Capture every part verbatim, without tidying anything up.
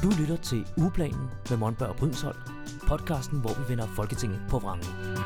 Du lytter til Ugeplanen med Monberg og Brydensholt, podcasten, hvor vi vender Folketinget på vrangen.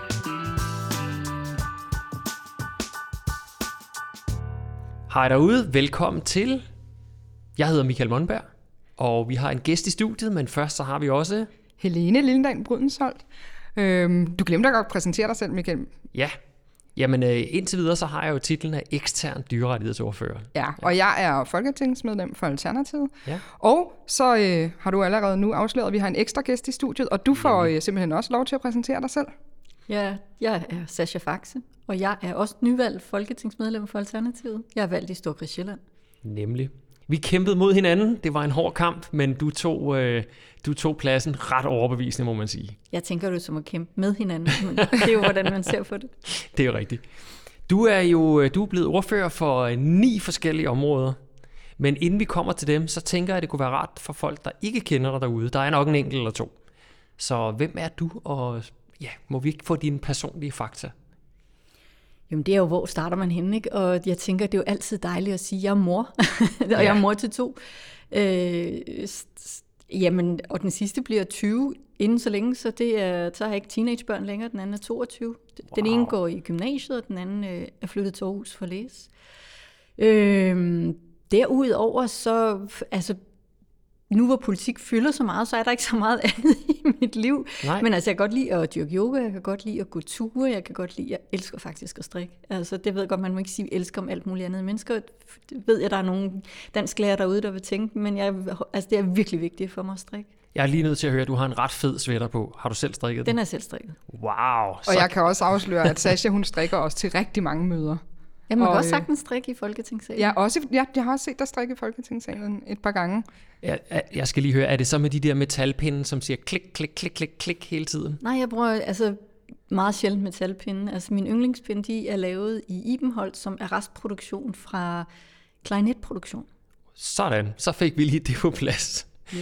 Hej derude, velkommen til. Jeg hedder Michael Monberg, og vi har en gæst i studiet, men først så har vi også... Helene Lillendahl Brydensholt. Øhm, du glemte at præsentere dig selv, Michael. Ja, jamen øh, indtil videre så har jeg jo titlen af ekstern dyrerettighedsordfører. Ja, og jeg er folketingsmedlem for Alternativet. Ja. Og så øh, har du allerede nu afsløret, at vi har en ekstra gæst i studiet, og du får øh, simpelthen også lov til at præsentere dig selv. Ja, jeg er Sascha Faxe, og jeg er også nyvalgt folketingsmedlem for Alternativet. Jeg er valgt i Storkrigsjælland. Nemlig. Vi kæmpede mod hinanden. Det var en hård kamp, men du tog, øh, du tog pladsen ret overbevisende, må man sige. Jeg tænker det som at kæmpe med hinanden, men det er jo, hvordan man ser på det. Det er jo rigtigt. Du er jo du er blevet ordfører for ni forskellige områder, men inden vi kommer til dem, så tænker jeg, at det kunne være rart for folk, der ikke kender dig derude. Der er nok en enkelt eller to. Så hvem er du, og ja, må vi ikke få dine personlige fakta? Jamen det er jo, hvor starter man henne, ikke? Og jeg tænker, det er jo altid dejligt at sige, at jeg er mor, og ja. Jeg er mor til to. Øh, jamen, og den sidste bliver tyve inden så længe, så, det er, så har jeg ikke teenagebørn længere, den anden er toogtyve. Den wow. ene går i gymnasiet, og den anden øh, er flyttet til Aarhus for at læse. Øh, derudover så, altså, nu hvor politik fylder så meget, så er der ikke så meget andet i mit liv. Nej. Men altså, jeg kan godt lide at dyrke yoga, jeg kan godt lide at gå ture, jeg kan godt lide, jeg elsker faktisk at strikke. Altså, det ved jeg godt, man må ikke sige, at jeg elsker om alt muligt andet. Mennesker, det ved jeg, der er nogle dansklærer derude, der vil tænke, men jeg, altså, det er virkelig vigtigt for mig at strikke. Jeg er lige nødt til at høre, at du har en ret fed sweater på. Har du selv strikket den? Den er selv strikket. Wow. Og jeg kan også afsløre, at Sascha, hun strikker også til rigtig mange møder. Ja, man og, kan også sagtens strikke i Folketingssalen. Ja, også, ja, jeg har også set dig strikke i Folketingssalen et par gange. Jeg, jeg skal lige høre, er det så med de der metalpinde, som siger klik, klik, klik, klik, klik hele tiden? Nej, jeg bruger altså meget sjældent metalpinde. Altså min yndlingspinde, de er lavet i Ibenholt, som er restproduktion fra klarinetproduktion. Sådan, så fik vi lige det på plads. Ja.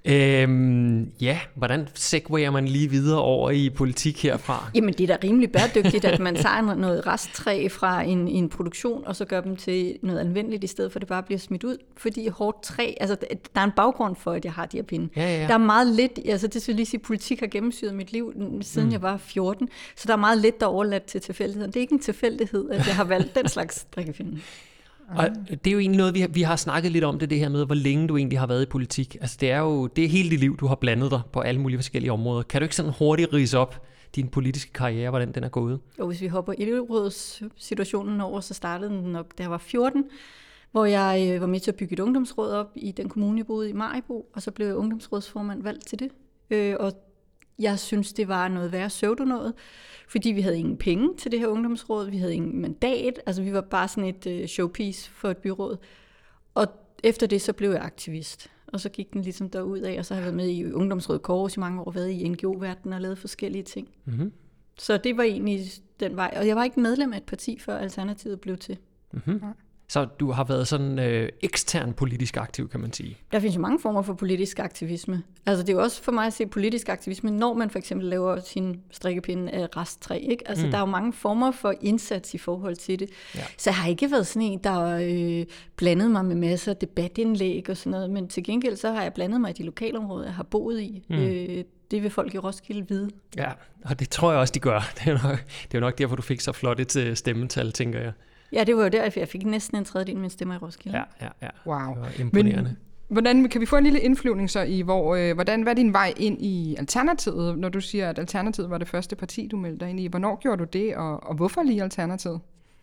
Øhm, ja, hvordan segwayer man lige videre over i politik herfra? Jamen det er da rimelig bæredygtigt, at man tager noget resttræ fra en, en produktion, og så gør dem til noget anvendeligt, i stedet for at det bare bliver smidt ud. Fordi hårdt træ, altså der er en baggrund for, at jeg har de her pinde. Ja, ja, ja. Der er meget lidt, altså det skal lige sige, politik har gennemsyret mit liv, siden mm. jeg var fjorten, så der er meget lidt, der er overladt til tilfældigheden. Det er ikke en tilfældighed, at jeg har valgt den slags strikkepinde. Og det er jo egentlig noget, vi har, vi har snakket lidt om det, det her med, hvor længe du egentlig har været i politik. Altså det er jo, det er hele dit liv, du har blandet dig på alle mulige forskellige områder. Kan du ikke sådan hurtigt ridse op din politiske karriere, hvordan den er gået? Jo, hvis vi hopper elevrådssituationen over, så startede den nok, da jeg var fjorten, hvor jeg var med til at bygge et ungdomsråd op i den kommune, jeg boede i, Maribo, og så blev jeg ungdomsrådsformand valgt til det. Øh, og jeg synes, det var noget værre pseudo noget, fordi vi havde ingen penge til det her ungdomsråd, vi havde ingen mandat, altså vi var bare sådan et uh, showpiece for et byråd. Og efter det, så blev jeg aktivist, og så gik den ligesom derud af, og så har jeg været med i Ungdomsrådet Kåre i mange år, været i N G O-verdenen og lavet forskellige ting. Mm-hmm. Så det var egentlig den vej, og jeg var ikke medlem af et parti, før Alternativet blev til. Mm-hmm. Så du har været sådan øh, ekstern politisk aktiv, kan man sige? Der findes jo mange former for politisk aktivisme. Altså det er jo også for mig at se politisk aktivisme, når man for eksempel laver sin strikkepinde af resttræ, ikke? Altså mm. der er jo mange former for indsats i forhold til det. Ja. Så jeg har ikke været sådan en, der øh, blandede mig med masser af debatindlæg og sådan noget, men til gengæld så har jeg blandet mig i de lokalområder, jeg har boet i. Mm. Øh, det vil folk i Roskilde vide. Ja, og det tror jeg også, de gør. Det er jo nok, det er jo nok derfor, du fik så flot et stemmetal, tænker jeg. Ja, det var jo der, jeg fik næsten en tredjedel af mine stemmer i Roskilde. Ja, ja, ja. Wow. Det var imponerende. Men, hvordan, kan vi få en lille indflyvning så i, hvor, øh, hvordan var din vej ind i Alternativet, når du siger, at Alternativet var det første parti, du meldte dig ind i? Hvornår gjorde du det, og, og hvorfor lige Alternativet?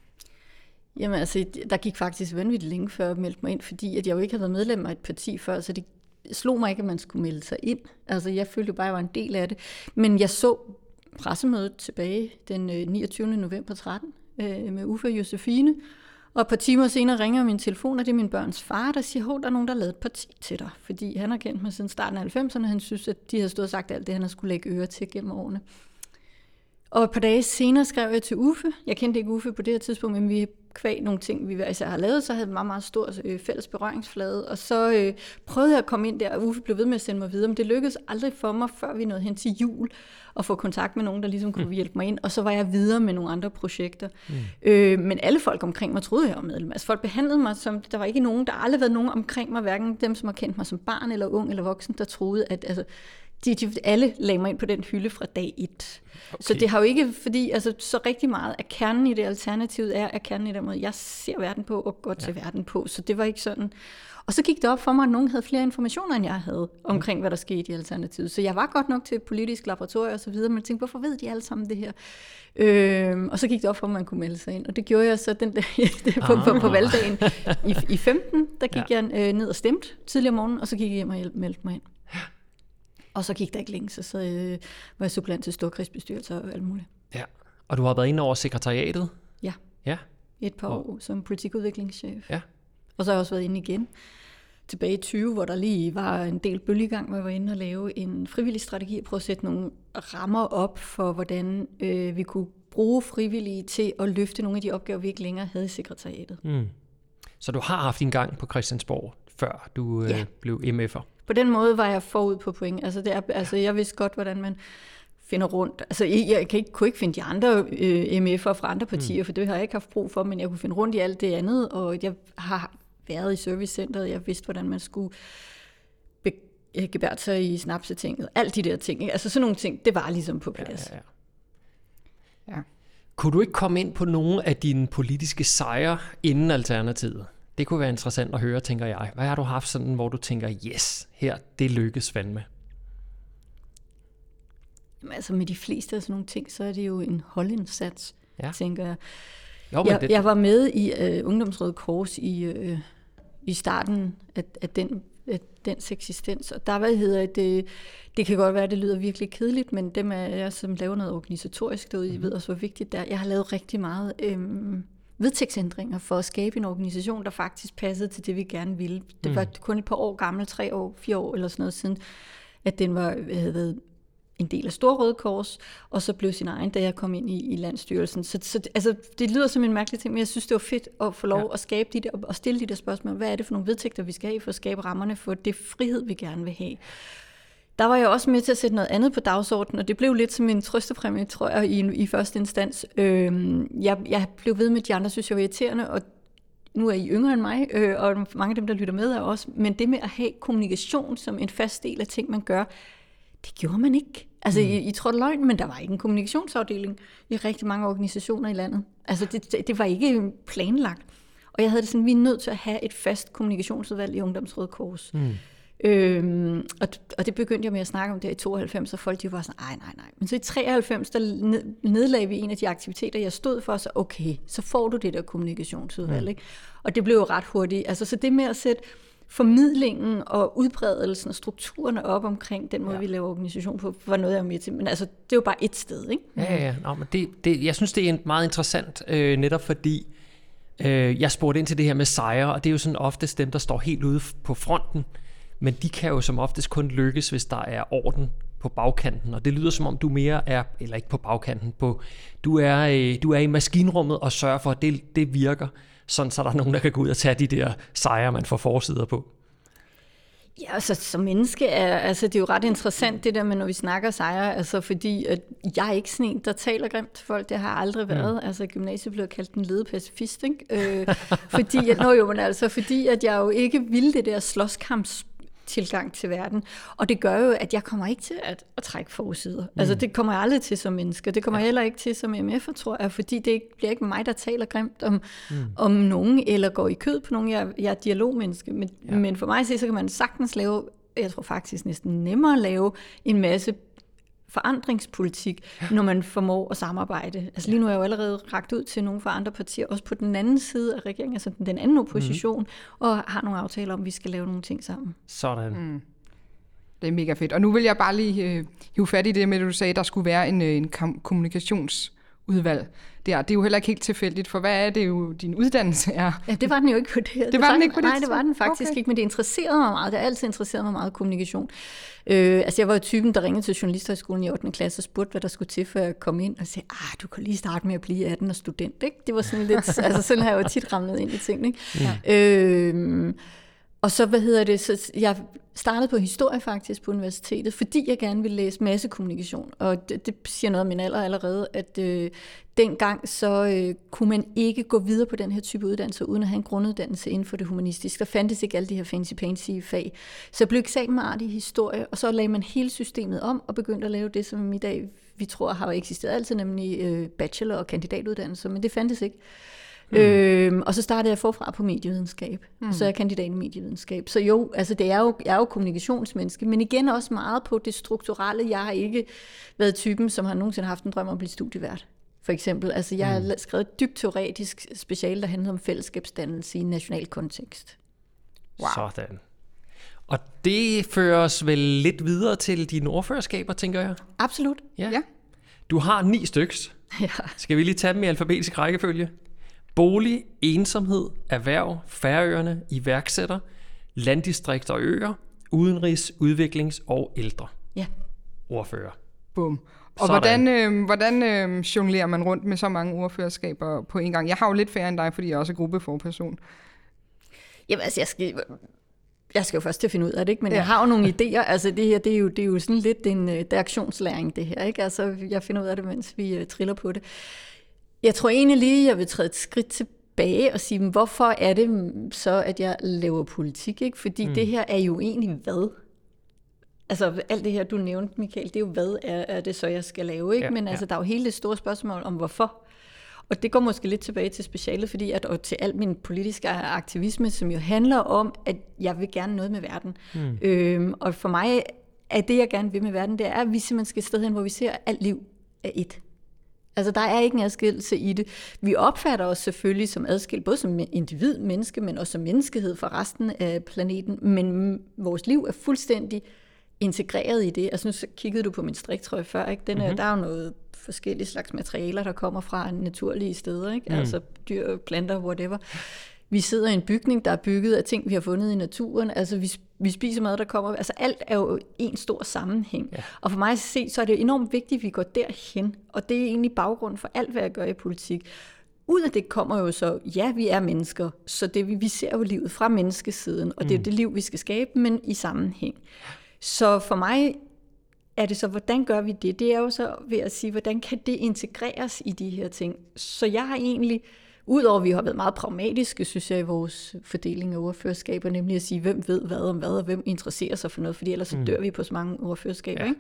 Jamen altså, der gik faktisk vanvittigt længe før jeg meldte mig ind, fordi at jeg jo ikke havde været medlem af et parti før, så det slog mig ikke, at man skulle melde sig ind. Altså, jeg følte jo bare, at jeg var en del af det. Men jeg så pressemødet tilbage den niogtyvende november tretten, med Uffe og Josefine, og et par timer senere ringer min telefon, og det er min børns far, der siger, hov, der er nogen, der har lavet et parti til dig, fordi han har kendt mig siden starten af halvfemserne, og han synes, at de havde stået og sagt alt det, han har skulle lægge øre til gennem årene. Og et par dage senere skrev jeg til Uffe. Jeg kendte ikke Uffe på det her tidspunkt, men vi kvæg nogle ting, vi hver især har lavet, så havde vi en meget, meget stor øh, fælles berøringsflade. Og så øh, prøvede jeg at komme ind der, og Uffe blev ved med at sende mig videre, men det lykkedes aldrig for mig, før vi nåede hen til jul, at få kontakt med nogen, der ligesom kunne mm. hjælpe mig ind. Og så var jeg videre med nogle andre projekter. Mm. Øh, men alle folk omkring mig troede, jeg var medlem. Altså folk behandlede mig som, der var ikke nogen, der har aldrig været nogen omkring mig, hverken dem, som har kendt mig som barn eller ung eller voksen, der troede, at altså, de, de alle lagde mig ind på den hylde fra dag et. Okay. Så det har jo ikke, fordi altså, så rigtig meget af kernen i det alternativet er, at kernen i den måde, jeg ser verden på og går til ja. verden på. Så det var ikke sådan. Og så gik det op for mig, at nogen havde flere informationer, end jeg havde, omkring hvad der skete i alternativet. Så jeg var godt nok til et politisk laboratorium og så videre, men jeg tænkte, hvorfor ved de alle sammen det her? Øhm, og så gik det op for mig, at man kunne melde sig ind. Og det gjorde jeg så den der, på, ah. på, på valgdagen i, i femten, der gik ja. jeg øh, ned og stemte tidligere om morgenen, og så gik jeg hjem og meldte mig ind. Og så gik der ikke længe, så, så øh, var jeg suppleant til storkrigsbestyrelser og alt muligt. Ja, og du har været inde over sekretariatet? Ja, ja. et par og... år som politikudviklingschef. Ja. Og så har jeg også været inde igen, tilbage i tyve, hvor der lige var en del bølgegang, hvor jeg var inde og lave en frivillig strategi, og prøve at sætte nogle rammer op for, hvordan øh, vi kunne bruge frivillige til at løfte nogle af de opgaver, vi ikke længere havde i sekretariatet. Mm. Så du har haft en gang på Christiansborg, før du øh, ja. blev M F'er? På den måde var jeg forud på point. Altså, det er, altså jeg vidste godt, hvordan man finder rundt. Altså, jeg, jeg kan ikke, kunne ikke finde de andre øh, M F'er fra andre partier, mm. for det har jeg ikke haft brug for, men jeg kunne finde rundt i alt det andet, og jeg har været i servicecenteret, jeg vidste, hvordan man skulle be- gebærde sig i snapsetinget, alt de der ting. Ikke? Altså sådan nogle ting, det var ligesom på plads. Ja, ja, ja. Ja. Kunne du ikke komme ind på nogle af dine politiske sejre inden Alternativet? Det kunne være interessant at høre, tænker jeg. Hvad har du haft sådan, hvor du tænker, yes, her, det lykkes fandme? Jamen, altså med de fleste af sådan nogle ting, så er det jo en holdindsats, ja. tænker jeg. Jo, men jeg, det... jeg var med i uh, Ungdomsrøde Kors i, uh, i starten af, af, den, af dens eksistens, og der hvad hedder det, det kan godt være, at det lyder virkelig kedeligt, men dem af jer, som laver noget organisatorisk derude, mm-hmm. I ved også, hvor vigtigt det er. Jeg har lavet rigtig meget øhm, vedtægtsændringer for at skabe en organisation, der faktisk passede til det, vi gerne ville. Det mm. var kun et par år gammel, tre år, fire år eller sådan noget siden, at den var, havde været en del af Storrøde Kors, og så blev sin egen, da jeg kom ind i, i landsstyrelsen. Så, så altså, det lyder som en mærkelig ting, men jeg synes, det var fedt at få lov ja. at skabe de der, og stille de der spørgsmål. Hvad er det for nogle vedtægter, vi skal have for at skabe rammerne for det frihed, vi gerne vil have? Der var jeg også med til at sætte noget andet på dagsordenen, og det blev lidt som en trøstepræmie, tror jeg, i, i første instans. Øhm, jeg, jeg blev ved med, de andre synes jeg var irriterende, og nu er I yngre end mig, øh, og mange af dem, der lytter med, er også. Men det med at have kommunikation som en fast del af ting, man gør, det gjorde man ikke. Altså, mm. I, I trådte løgn, men der var ikke en kommunikationsafdeling i rigtig mange organisationer i landet. Altså, det, det, det var ikke planlagt. Og jeg havde det sådan, vi er nødt til at have et fast kommunikationsudvalg i Ungdomsrøde Kors. Mm. Øhm, og, og det begyndte jeg med at snakke om det i tooghalvfems, og folk de var sådan, nej, nej, nej. Men så i treoghalvfems, der nedlagde vi en af de aktiviteter, jeg stod for, så okay, så får du det der kommunikationsudvalg. Mm. Ikke? Og det blev jo ret hurtigt. Altså, så det med at sætte formidlingen og udbredelsen og strukturerne op omkring den måde, ja. vi laver organisation på, var noget, jeg var med til. Men altså, det er jo bare et sted, ikke? Ja, ja, ja. Nå, men det, det, jeg synes, det er meget interessant, øh, netop fordi øh, jeg spurgte ind til det her med sejre, og det er jo sådan oftest dem, der står helt ude på fronten, men de kan jo som oftest kun lykkes, hvis der er orden på bagkanten, og det lyder som om du mere er, eller ikke på bagkanten, på, du er, øh, du er i maskinrummet og sørger for, at det, det virker, sådan så der er nogen, der kan gå ud og tage de der sejre, man får forsider på. Ja, altså som menneske er, altså det er jo ret interessant det der med, når vi snakker sejre, altså fordi at jeg er ikke sådan en, der taler grimt til folk, det har jeg aldrig været. Mm. Altså gymnasiet blev kaldt en lede pacifist, ikke? Øh, fordi, at, nå jo, men altså fordi at jeg jo ikke ville det der slåskamps tilgang til verden. Og det gør jo, at jeg kommer ikke til at, at trække forsider. Mm. Altså det kommer jeg aldrig til som menneske. Det kommer jeg heller ikke til som M F'er, tror jeg, fordi det bliver ikke mig, der taler grimt om, mm. om nogen, eller går i kød på nogen. Jeg, jeg er dialogmenneske. Men, ja. men for mig så kan man sagtens lave, jeg tror faktisk næsten nemmere lave en masse forandringspolitik, når man formår at samarbejde. Altså lige nu er jeg jo allerede rakt ud til nogle fra andre partier, også på den anden side af regeringen, altså den anden opposition, mm. og har nogle aftaler om, at vi skal lave nogle ting sammen. Sådan. Mm. Det er mega fedt. Og nu vil jeg bare lige øh, hive fat i det med, at du sagde, at der skulle være en, en kommunikations udvalg der. Det er jo heller ikke helt tilfældigt, for hvad er det jo, din uddannelse er? Ja, det var den jo ikke på det. Det, det var den ikke på det? Nej, det var den faktisk okay. ikke, men det interesserede mig meget. Det har altid interesseret mig meget kommunikation. Øh, altså jeg var jo typen, der ringede til Journalisthøjskolen i ottende klasse og spurgte, hvad der skulle til, før jeg kom ind og sagde, ah, du kan lige starte med at blive atten og student, ikke? Det var sådan lidt, altså sådan har jeg jo tit ramlet ind i ting, ikke? Ja. Øh, og så, hvad hedder det, så jeg startede på historie faktisk på universitetet, fordi jeg gerne ville læse massekommunikation. Og det, det siger noget om min alder allerede, at øh, dengang så øh, kunne man ikke gå videre på den her type uddannelse, uden at have en grunduddannelse inden for det humanistiske. Der fandtes ikke alle de her fancy-pansy fag. Så jeg blev eksamensart i historie, og så lagde man hele systemet om, og begyndte at lave det, som i dag vi tror har eksisteret altid, nemlig øh, bachelor- og kandidatuddannelse, men det fandtes ikke. Mm. Øhm, og så startede jeg forfra på medievidenskab, mm. så jeg er kandidat i medievidenskab. Så jo, altså det er jo, jeg er jo kommunikationsmenneske, men igen også meget på det strukturelle. Jeg har ikke været typen, som har nogensinde haft en drøm om at blive studievært, for eksempel. Altså jeg mm. har skrevet et dybt teoretisk speciale, der handler om fællesskabsdannelse i en national kontekst. Wow. Sådan. Og det fører os vel lidt videre til dine ordførerskaber, tænker jeg? Absolut. Ja. ja. Du har ni styks. Ja. Skal vi lige tage dem i alfabetisk rækkefølge? Bolig, ensomhed, erhverv, Færøerne, iværksætter, landdistrikter og øer, udenrigs, udviklings og ældre. Ja. Ordfører. Bum. Og hvordan, øh, hvordan øh, jonglerer man rundt med så mange ordførerskaber på en gang? Jeg har jo lidt færre end dig, fordi jeg også er gruppeforperson. Jamen altså, jeg skal... Jeg skal jo først til at finde ud af det, ikke? Men ja. Jeg har jo nogle idéer. Altså det her, det er jo, det er jo sådan lidt en det er aktionslæring, det her, ikke? Altså jeg finder ud af det, mens vi uh, triller på det. Jeg tror egentlig lige, jeg vil træde et skridt tilbage og sige, hvorfor er det så, at jeg laver politik, ikke? Fordi mm. det her er jo egentlig hvad? Altså alt det her, du nævnte, Michael, det er jo hvad er, er det så, jeg skal lave, ikke? Ja, Men ja. altså, der er jo hele det store spørgsmål om hvorfor. Og det går måske lidt tilbage til specialet, fordi at, og til al min politiske aktivisme, som jo handler om, at jeg vil gerne noget med verden. Mm. Øhm, og for mig er det, jeg gerne vil med verden, det er, at vi simpelthen skal et sted hen, hvor vi ser, at alt liv er ét. Altså, der er ikke en adskillelse i det. Vi opfatter os selvfølgelig som adskilt, både som individ, menneske, men også som menneskehed for resten af planeten. Men vores liv er fuldstændig integreret i det. Altså, nu kiggede du på min striktrøje før, ikke? Den er, mm-hmm. Der er jo noget forskellige slags materialer, der kommer fra naturlige steder, ikke? Mm. Altså dyr, planter, whatever. Vi sidder i en bygning, der er bygget af ting, vi har fundet i naturen. Altså, vi, vi spiser mad, der kommer... Altså, alt er jo en stor sammenhæng. Ja. Og for mig at se, så er det enormt vigtigt, at vi går derhen. Og det er egentlig baggrunden for alt, hvad jeg gør i politik. Ud af det kommer jo så, ja, vi er mennesker, så det, vi ser jo livet fra menneskesiden, og det er mm. det liv, vi skal skabe, men i sammenhæng. Så for mig er det så, hvordan gør vi det? Det er jo så ved at sige, hvordan kan det integreres i de her ting? Så jeg har egentlig, udover at vi har været meget pragmatiske, synes jeg, i vores fordeling af ordførerskaber, nemlig at sige, hvem ved hvad om hvad, og hvem interesserer sig for noget, fordi ellers så dør mm. vi på så mange ordførerskaber, ja. Ikke?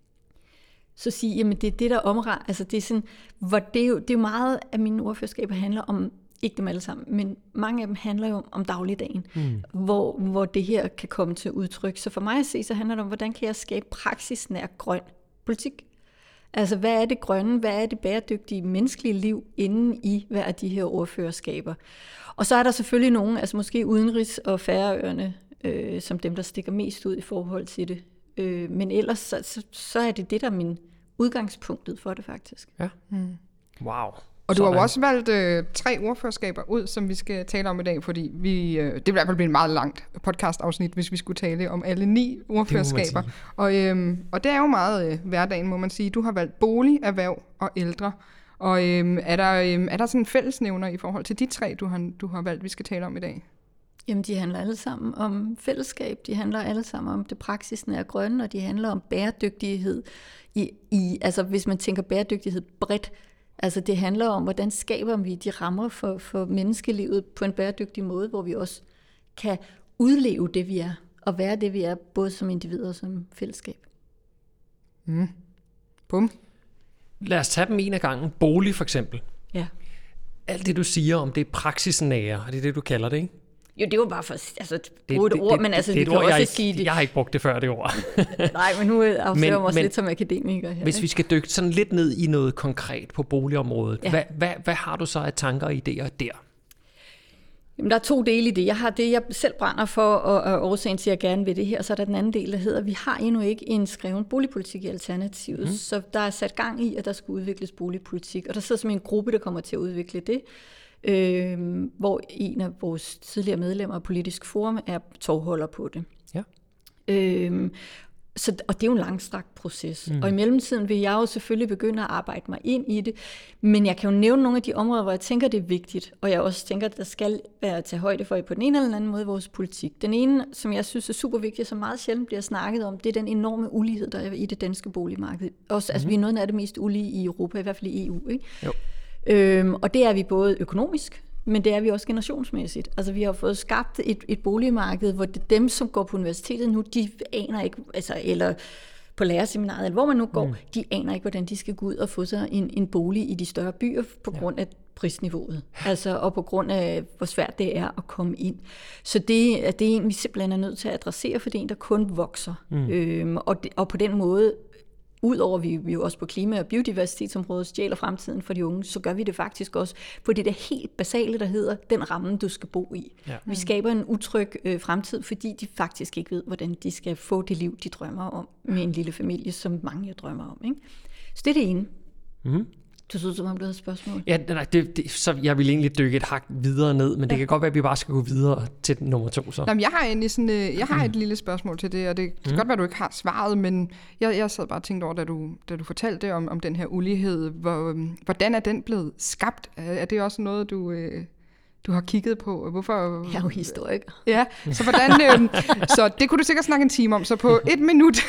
Så sige, jamen det er det, der omregner, altså det er sådan, hvor det er jo, det er jo meget af mine ordførerskaber handler om, ikke dem alle sammen, men mange af dem handler jo om dagligdagen, mm. hvor, hvor det her kan komme til udtryk. Så for mig at se, så handler det om, hvordan kan jeg skabe praksisnær grøn politik? Altså, hvad er det grønne, hvad er det bæredygtige menneskelige liv inde i hver af de her ordførerskaber? Og så er der selvfølgelig nogen, altså måske udenrigs- og Færøerne, øh, som dem, der stikker mest ud i forhold til det. Øh, men ellers, så, så, så er det det, der er min udgangspunktet for det faktisk. Ja. Mm. Wow. Og du har jo også valgt øh, tre ordførerskaber ud, som vi skal tale om i dag, fordi vi, øh, det vil i hvert fald blive en meget langt podcast-afsnit, hvis vi skulle tale om alle ni ordførerskaber. Det og, øh, og det er jo meget øh, hverdagen, må man sige. Du har valgt bolig, erhverv og ældre. Og øh, er, der, øh, er der sådan en fællesnævner i forhold til de tre, du har, du har valgt, vi skal tale om i dag? Jamen, de handler alle sammen om fællesskab, de handler alle sammen om det praksisnære grønne, og de handler om bæredygtighed. I, i, altså, hvis man tænker bæredygtighed bredt, altså det handler om, hvordan skaber vi de rammer for, for menneskelivet på en bæredygtig måde, hvor vi også kan udleve det, vi er, og være det, vi er, både som individer og som fællesskab. Mm. Bum. Lad os tage dem en af gangen. Bolig for eksempel. Ja. Alt det, du siger om det praksisnære, og det er det, du kalder det, ikke? Jo, det var bare for altså, at bruge et ord, men altså, det, det vi kan ord, også jeg sige det. Jeg har ikke brugt det før, det ord. Nej, men nu afslører jeg mig også lidt som akademiker her. Hvis ikke? vi skal dykke sådan lidt ned i noget konkret på boligområdet, ja. hvad, hvad, hvad har du så af tanker og idéer der? Jamen, der er to dele i det. Jeg har det, jeg selv brænder for, og, og årsagen til, at jeg gerne vil det her. Så er der den anden del, der hedder, at vi har endnu ikke en skreven boligpolitik i Alternativet. Mm. Så der er sat gang i, at der skal udvikles boligpolitik. Og der sidder simpelthen en gruppe, der kommer til at udvikle det. Øh, hvor en af vores tidligere medlemmer af Politisk Forum er tovholder på det. Ja. Øh, Så, og det er jo en langstrakt proces. Mm. Og i mellemtiden vil jeg jo selvfølgelig begynde at arbejde mig ind i det. Men jeg kan jo nævne nogle af de områder, hvor jeg tænker, det er vigtigt. Og jeg også tænker, at der skal være til højde for på den ene eller anden måde i vores politik. Den ene, som jeg synes er super vigtig, og som meget sjældent bliver snakket om, det er den enorme ulighed, der er i det danske boligmarked. Også, mm. Altså vi er noget af det mest ulige i Europa, i hvert fald i E U. Ikke? Jo. Øhm, og det er vi både økonomisk, men det er vi også generationsmæssigt. Altså vi har fået skabt et, et boligmarked, hvor det, dem, som går på universitetet nu, de aner ikke, altså, eller på lærerseminaret, eller hvor man nu går, mm. de aner ikke, hvordan de skal gå ud og få sig en, en bolig i de større byer, på ja. grund af prisniveauet. Altså, og på grund af, hvor svært det er at komme ind. Så det, det er en, vi simpelthen er nødt til at adressere, for det er en, der kun vokser. Mm. Øhm, og, det, og på den måde, udover vi, vi jo også på klima- og biodiversitetsområdet stjæler fremtiden for de unge, så gør vi det faktisk også på det der helt basale, der hedder den ramme, du skal bo i. Ja. Vi skaber en utryg øh, fremtid, fordi de faktisk ikke ved, hvordan de skal få det liv, de drømmer om, med en lille familie, som mange drømmer om. Ikke? Så det er det ene. Mm. Du synes, som om du havde et spørgsmål? Ja, nej, det, det, så jeg vil egentlig dykke et hak videre ned, men ja. det kan godt være, at vi bare skal gå videre til nummer to. Så. Nå, jeg har egentlig sådan, øh, jeg har et lille spørgsmål til det, og det kan mm. godt være, at du ikke har svaret, men jeg, jeg sad bare og tænkte over, da du, da du fortalte om, om den her ulighed, hvor, hvordan er den blevet skabt? Er, er det også noget, du... Øh du har kigget på, hvorfor... Jeg er jo historiker. Ja, så hvordan... Øh, så det kunne du sikkert snakke en time om. Så på et minut,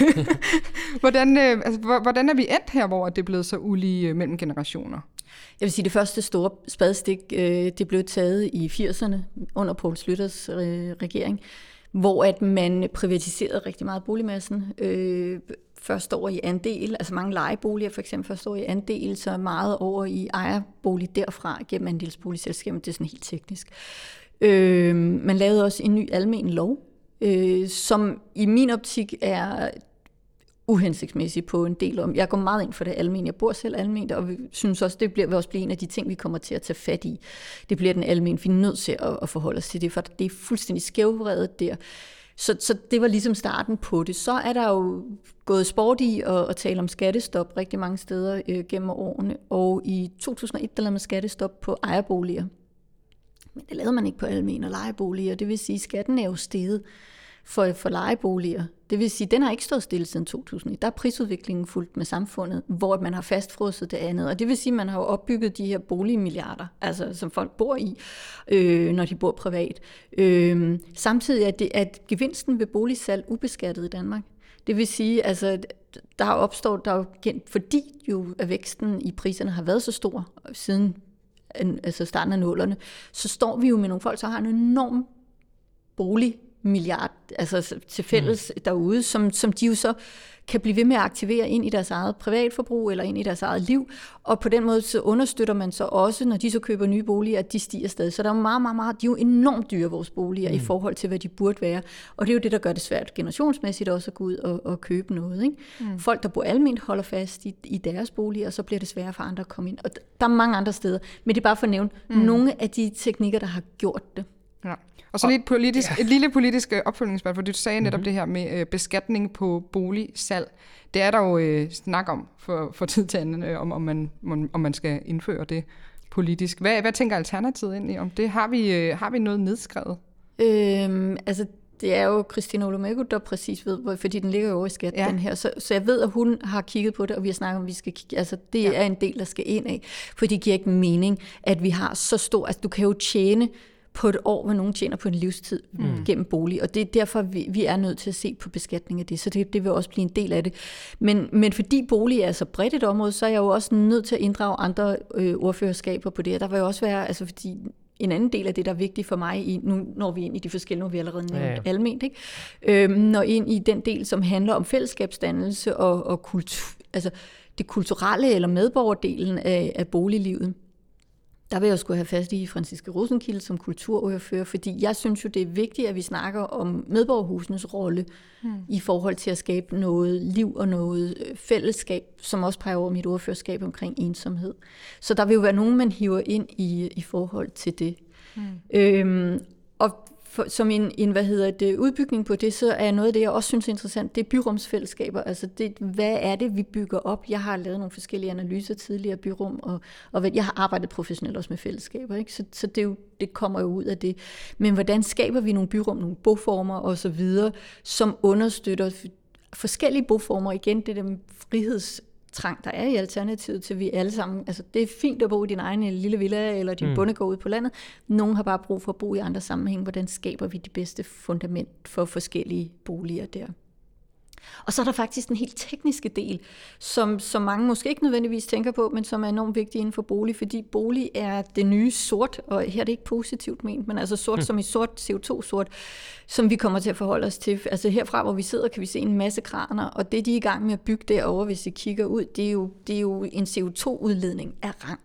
hvordan, øh, altså, hvordan er vi endt her, hvor det er blevet så ulige mellem generationer? Jeg vil sige, det første store spadestik, øh, det blev taget i firserne under Poul Schlüters øh, regering, hvor at man privatiserede rigtig meget boligmassen. Øh, først over i andel, altså mange lejeboliger for eksempel, først over i andel, så meget over i ejerbolig derfra gennem andelsboligselskaber. Det er sådan helt teknisk. Øh, man lavede også en ny almen lov, øh, som i min optik er uhensigtsmæssigt på en del om. Jeg går meget ind for det almen. Jeg bor selv alment, og vi synes også, det bliver også blive en af de ting, vi kommer til at tage fat i. Det bliver den almen. Vi er nødt til at, at forholde os til det, for det er fuldstændig skævvredet der. Så, så det var ligesom starten på det. Så er der jo gået sport i at, at tale om skattestop rigtig mange steder øh, gennem årene, og i to tusind og et der lavede man skattestop på ejerboliger. Men det lavede man ikke på almen og lejeboliger. Det vil sige, at skatten er jo steget for, for lejeboliger. Det vil sige, at den har ikke stået stille siden to tusind og et. Der er prisudviklingen fulgt med samfundet, hvor man har fastfrosset det andet. Og det vil sige, at man har jo opbygget de her boligmilliarder, altså, som folk bor i, øh, når de bor privat. Øh, samtidig er, det, at gevinsten ved boligsalg ubeskattet i Danmark. Det vil sige, altså, der har opstået, der er, fordi jo at væksten i priserne har været så stor siden altså starten af nullerne, så står vi jo med nogle folk, der har en enorm bolig milliard altså til fælles mm. derude, som, som de jo så kan blive ved med at aktivere ind i deres eget privatforbrug eller ind i deres eget liv, og på den måde så understøtter man så også, når de så køber nye boliger, at de stiger stadig. Så der er jo meget, meget, meget, de er jo enormt dyre, vores boliger, mm. i forhold til, hvad de burde være, og det er jo det, der gør det svært generationsmæssigt også at gå ud og, og købe noget. Ikke? Mm. Folk, der bor alment, holder fast i, i deres boliger, og så bliver det sværere for andre at komme ind. Og der er mange andre steder, men det er bare for at nævne mm. nogle af de teknikker, der har gjort det. Ja. Og så og, lidt politisk, ja. et lille politisk opfølgningsspørgsmål, for du sagde netop mm-hmm. det her med øh, beskatning på boligsalg. Det er der jo øh, snak om for, for tid til anden, øh, om, om, man, om, om man skal indføre det politisk. Hvad, hvad tænker Alternativet egentlig om det? Har vi, øh, har vi noget nedskrevet? Øhm, altså, det er jo Christina Olumeko, der præcis ved, fordi den ligger jo over i skat, ja. den her. Så, så jeg ved, at hun har kigget på det, og vi har snakket om, at vi skal kigge. Altså, det ja. er en del, der skal ind af, for det giver ikke mening, at vi har så stor... Altså, du kan jo tjene på et år, hvad nogen tjener på en livstid mm. gennem bolig. Og det er derfor, vi, vi er nødt til at se på beskatning af det. Så det, det vil også blive en del af det. Men, men fordi bolig er så bredt et område, så er jeg jo også nødt til at inddrage andre øh, ordførerskaber på det. Og der vil jo også være, altså fordi en anden del af det, der er vigtigt for mig, i, nu når vi ind i de forskellige, nu har vi allerede nævnt ja, ja. alment, ikke? Øhm, når ind i den del, som handler om fællesskabsdannelse og, og kultur, altså det kulturelle eller medborgerdelen af, af boliglivet. Der vil jeg skulle have fast i Franciska Rosenkilde som kulturordfører, fordi jeg synes jo, det er vigtigt, at vi snakker om medborgerhusenes rolle hmm. i forhold til at skabe noget liv og noget fællesskab, som også peger over mit ordførerskab omkring ensomhed. Så der vil jo være nogen, man hiver ind i, i forhold til det. Mm. Øhm, og for, som en, en hvad hedder det, udbygning på det, så er noget af det, jeg også synes er interessant, det er byrumsfællesskaber. Altså det, hvad er det, vi bygger op? Jeg har lavet nogle forskellige analyser tidligere af byrum, og, og jeg har arbejdet professionelt også med fællesskaber, ikke? Så, så det, jo, det kommer jo ud af det. Men hvordan skaber vi nogle byrum, nogle boformer osv., som understøtter forskellige boformer? Igen, det er den friheds trang, der er i alternativet til vi alle sammen. Altså, det er fint at bo i din egen lille villa, eller din mm. bondegård ude på landet. Nogen har bare brug for at bo i andre sammenhæng. Hvordan skaber vi det bedste fundament for forskellige boliger der? Og så er der faktisk den helt tekniske del, som, som mange måske ikke nødvendigvis tænker på, men som er enormt vigtig inden for bolig, fordi bolig er det nye sort, og her er det ikke positivt ment, men altså sort mm. som i sort, C O to sort, som vi kommer til at forholde os til. Altså herfra, hvor vi sidder, kan vi se en masse kraner, og det de er i gang med at bygge derovre, hvis I kigger ud, det er jo, det er jo en C O to udledning af rang.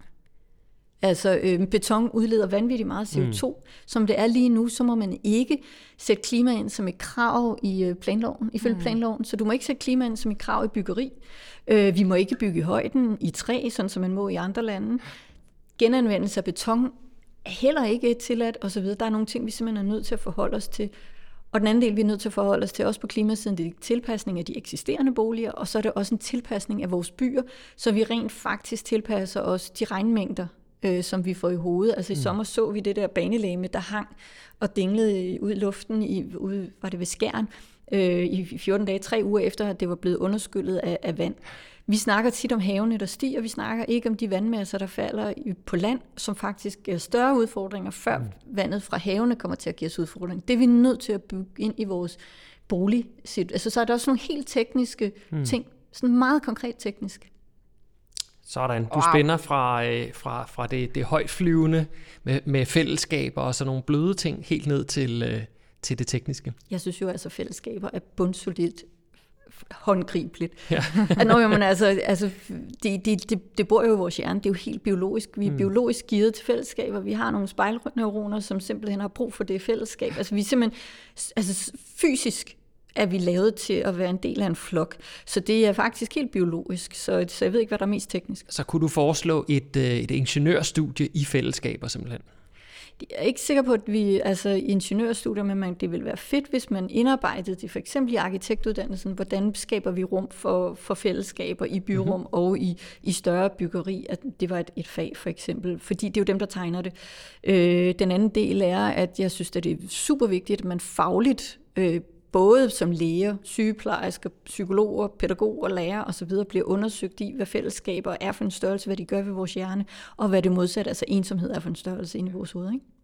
Altså øh, beton udleder vanvittigt meget C O to. Mm. Som det er lige nu, så må man ikke sætte klima ind som et krav i øh, planloven, ifølge mm. planloven. Så du må ikke sætte klima ind som et krav i byggeri. Øh, vi må ikke bygge i højden i træ, sådan som man må i andre lande. Genanvendelse af beton er heller ikke tilladt osv. Der er nogle ting, vi simpelthen er nødt til at forholde os til. Og den anden del, vi er nødt til at forholde os til, også på klimasiden, det er tilpasning af de eksisterende boliger, og så er det også en tilpasning af vores byer, så vi rent faktisk tilpasser os de regnmængder, øh, som vi får i hovedet. Altså i mm. sommer så vi det der banelæme, der hang og dinglede ud i luften, i, ude, var det ved Skjern, øh, i fjorten dage, tre uger efter, at det var blevet underskyllet af, af vand. Vi snakker tit om havene, der stiger, vi snakker ikke om de vandmasser, der falder på land, som faktisk er større udfordringer, før mm. vandet fra havene kommer til at give os udfordringer. Det er vi nødt til at bygge ind i vores bolig. Altså, så er der også nogle helt tekniske mm. ting, sådan meget konkret teknisk. Sådan, du wow. spænder fra, øh, fra, fra det, det højtflyvende med, med fællesskaber og sådan nogle bløde ting helt ned til, øh, til det tekniske. Jeg synes jo altså, fællesskaber er bundsolidt håndgribeligt. Ja. Nå, men altså, altså det, det, det, det bor jo i vores hjerne, det er jo helt biologisk. Vi er mm. biologisk givet til fællesskaber. Vi har nogle spejlneuroner, som simpelthen har brug for det fællesskab. Altså vi er simpelthen, altså fysisk er vi lavet til at være en del af en flok. Så det er faktisk helt biologisk, så, så jeg ved ikke, hvad der er mest teknisk. Så kunne du foreslå et, et ingeniørstudie i fællesskaber simpelthen? Jeg er ikke sikker på, at vi, altså i ingeniørstudier, men man, det ville være fedt, hvis man indarbejdede det, for eksempel i arkitektuddannelsen, hvordan skaber vi rum for, for fællesskaber i byrum mm-hmm. og i, i større byggeri, at det var et, et fag for eksempel, fordi det er jo dem, der tegner det. Øh, den anden del er, at jeg synes, at det er super vigtigt, at man fagligt, øh, både som læger, sygeplejersker, psykologer, pædagoger, lærere osv. bliver undersøgt i, hvad fællesskaber er for en størrelse, hvad de gør ved vores hjerne, og hvad det modsatte, altså ensomhed er for en størrelse inde i vores hoved, ikke?